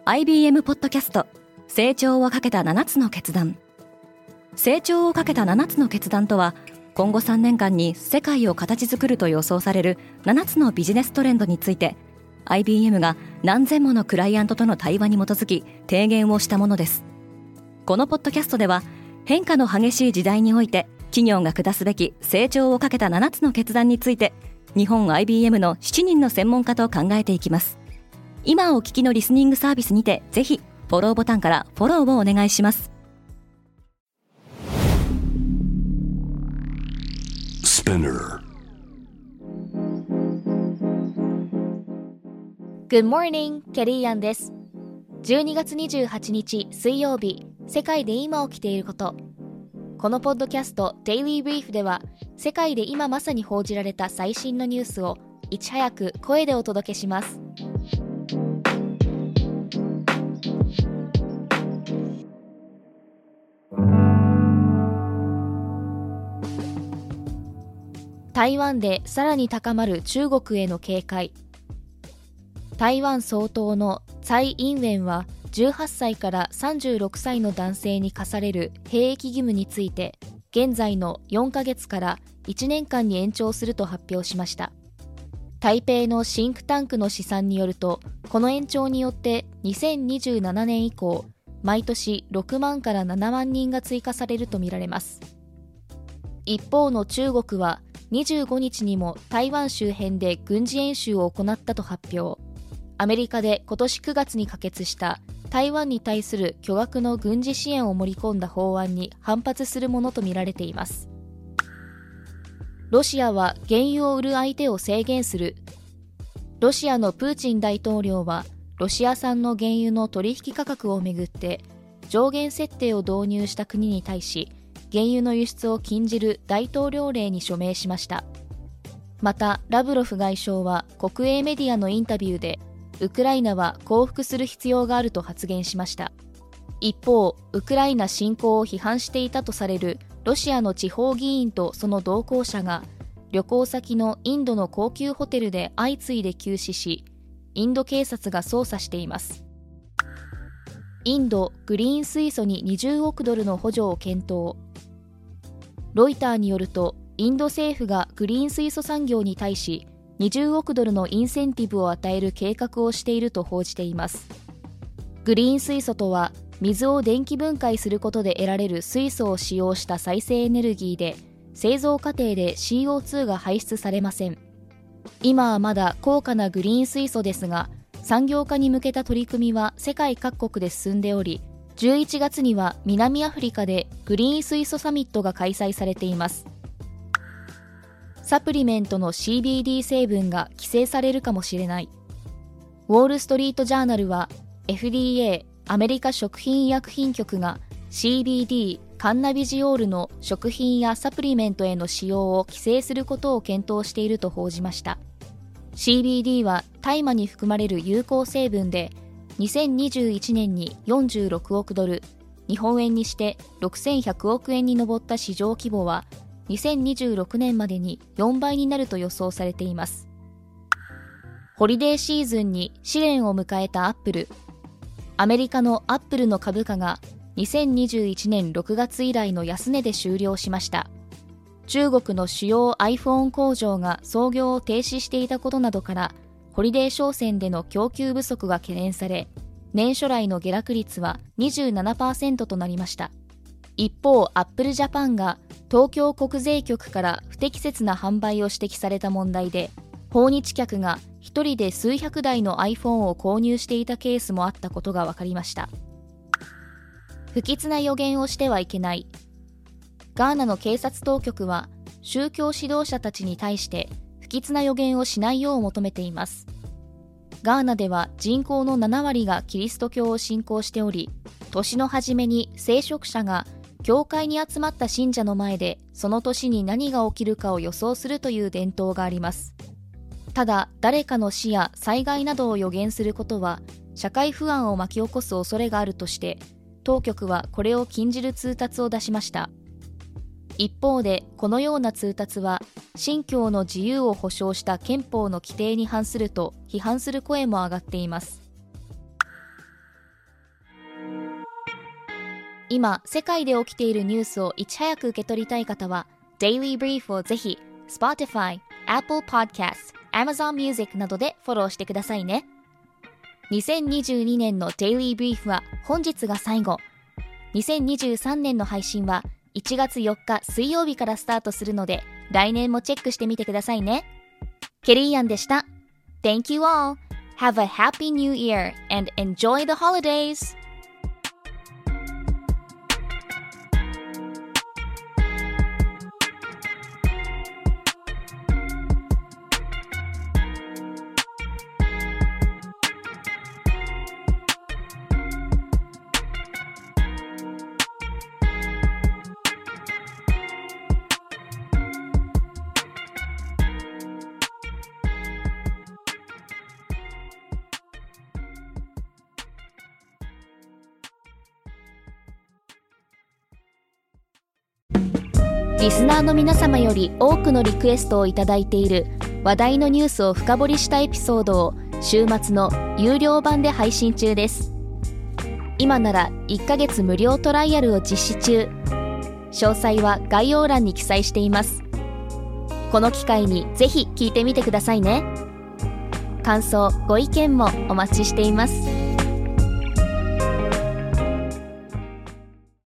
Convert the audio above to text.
IBM ポッドキャスト成長をかけた7つの決断。成長をかけた7つの決断とは、今後3年間に世界を形作ると予想される7つのビジネストレンドについて IBM が何千ものクライアントとの対話に基づき提言をしたものです。このポッドキャストでは、変化の激しい時代において企業が下すべき成長をかけた7つの決断について、日本 IBM の7人の専門家と考えていきます。今お聞きのリスニングサービスにて、ぜひフォローボタンからフォローをお願いします。 Good morning, ケリーアンです。12月28日水曜日、世界で今起きていること。このポッドキャスト Daily Brief では、世界で今まさに報じられた最新のニュースをいち早く声でお届けします。台湾でさらに高まる中国への警戒。台湾総統の蔡英文は18歳から36歳の男性に課される兵役義務について、現在の4ヶ月から1年間に延長すると発表しました。台北のシンクタンクの試算によると、この延長によって2027年以降、毎年6万から7万人が追加されるとみられます。一方の中国は25日にも台湾周辺で軍事演習を行ったと発表。アメリカで今年9月に可決した台湾に対する巨額の軍事支援を盛り込んだ法案に反発するものとみられています。ロシアは原油を売る相手を制限する。ロシアのプーチン大統領は、ロシア産の原油の取引価格をめぐって上限設定を導入した国に対し、原油の輸出を禁じる大統領令に署名しました。また、ラブロフ外相は国営メディアのインタビューで、ウクライナは降伏する必要があると発言しました。一方、ウクライナ侵攻を批判していたとされるロシアの地方議員とその同行者が、旅行先のインドの高級ホテルで相次いで急死し、インド警察が捜査しています。インド、グリーン水素に20億ドルの補助を検討。ロイターによると、インド政府がグリーン水素産業に対し20億ドルのインセンティブを与える計画をしていると報じています。グリーン水素とは、水を電気分解することで得られる水素を使用した再生エネルギーで、製造過程で CO2 が排出されません。今はまだ高価なグリーン水素ですが、産業化に向けた取り組みは世界各国で進んでおり、11月には南アフリカでグリーン水素サミットが開催されています。サプリメントの CBD 成分が規制されるかもしれない。ウォールストリートジャーナルは FDA アメリカ食品医薬品局が CBD カンナビジオールの食品やサプリメントへの使用を規制することを検討していると報じました。 CBD は大麻に含まれる有効成分で、2021年に46億ドル、日本円にして6100億円に上った市場規模は、2026年までに4倍になると予想されています。ホリデーシーズンに試練を迎えたアップル。アメリカのアップルの株価が2021年6月以来の安値で終了しました。中国の主要 iPhone 工場が操業を停止していたことなどから、ホリデー商戦での供給不足が懸念され、年初来の下落率は 27% となりました。一方、アップルジャパンが東京国税局から不適切な販売を指摘された問題で、訪日客が一人で数百台の iPhone を購入していたケースもあったことが分かりました。不吉な予言をしてはいけない。ガーナの警察当局は宗教指導者たちに対して不吉な予言をしないよう求めています。ガーナでは人口の7割がキリスト教を信仰しており、年の初めに聖職者が教会に集まった信者の前でその年に何が起きるかを予想するという伝統があります。ただ、誰かの死や災害などを予言することは社会不安を巻き起こす恐れがあるとして、当局はこれを禁じる通達を出しました。一方で、このような通達は信教の自由を保障した憲法の規定に反すると批判する声も上がっています。 今世界で起きているニュースをいち早く受け取りたい方は Daily Brief をぜひ Spotify、Apple Podcasts、Amazon Music などでフォローしてくださいね。2022年の Daily Brief は本日が最後。2023年の配信は1月4日水曜日からスタートするので、来年もチェックしてみてくださいね。ケリーアンでした。Thank you all. Have a happy new year and enjoy the holidays! リスナーの皆様より多くのリクエストをいただいている話題のニュースを深掘りしたエピソードを週末の有料版で配信中です。今なら1ヶ月無料トライアルを実施中。詳細は概要欄に記載しています。この機会にぜひ聞いてみてくださいね。感想、ご意見もお待ちしています。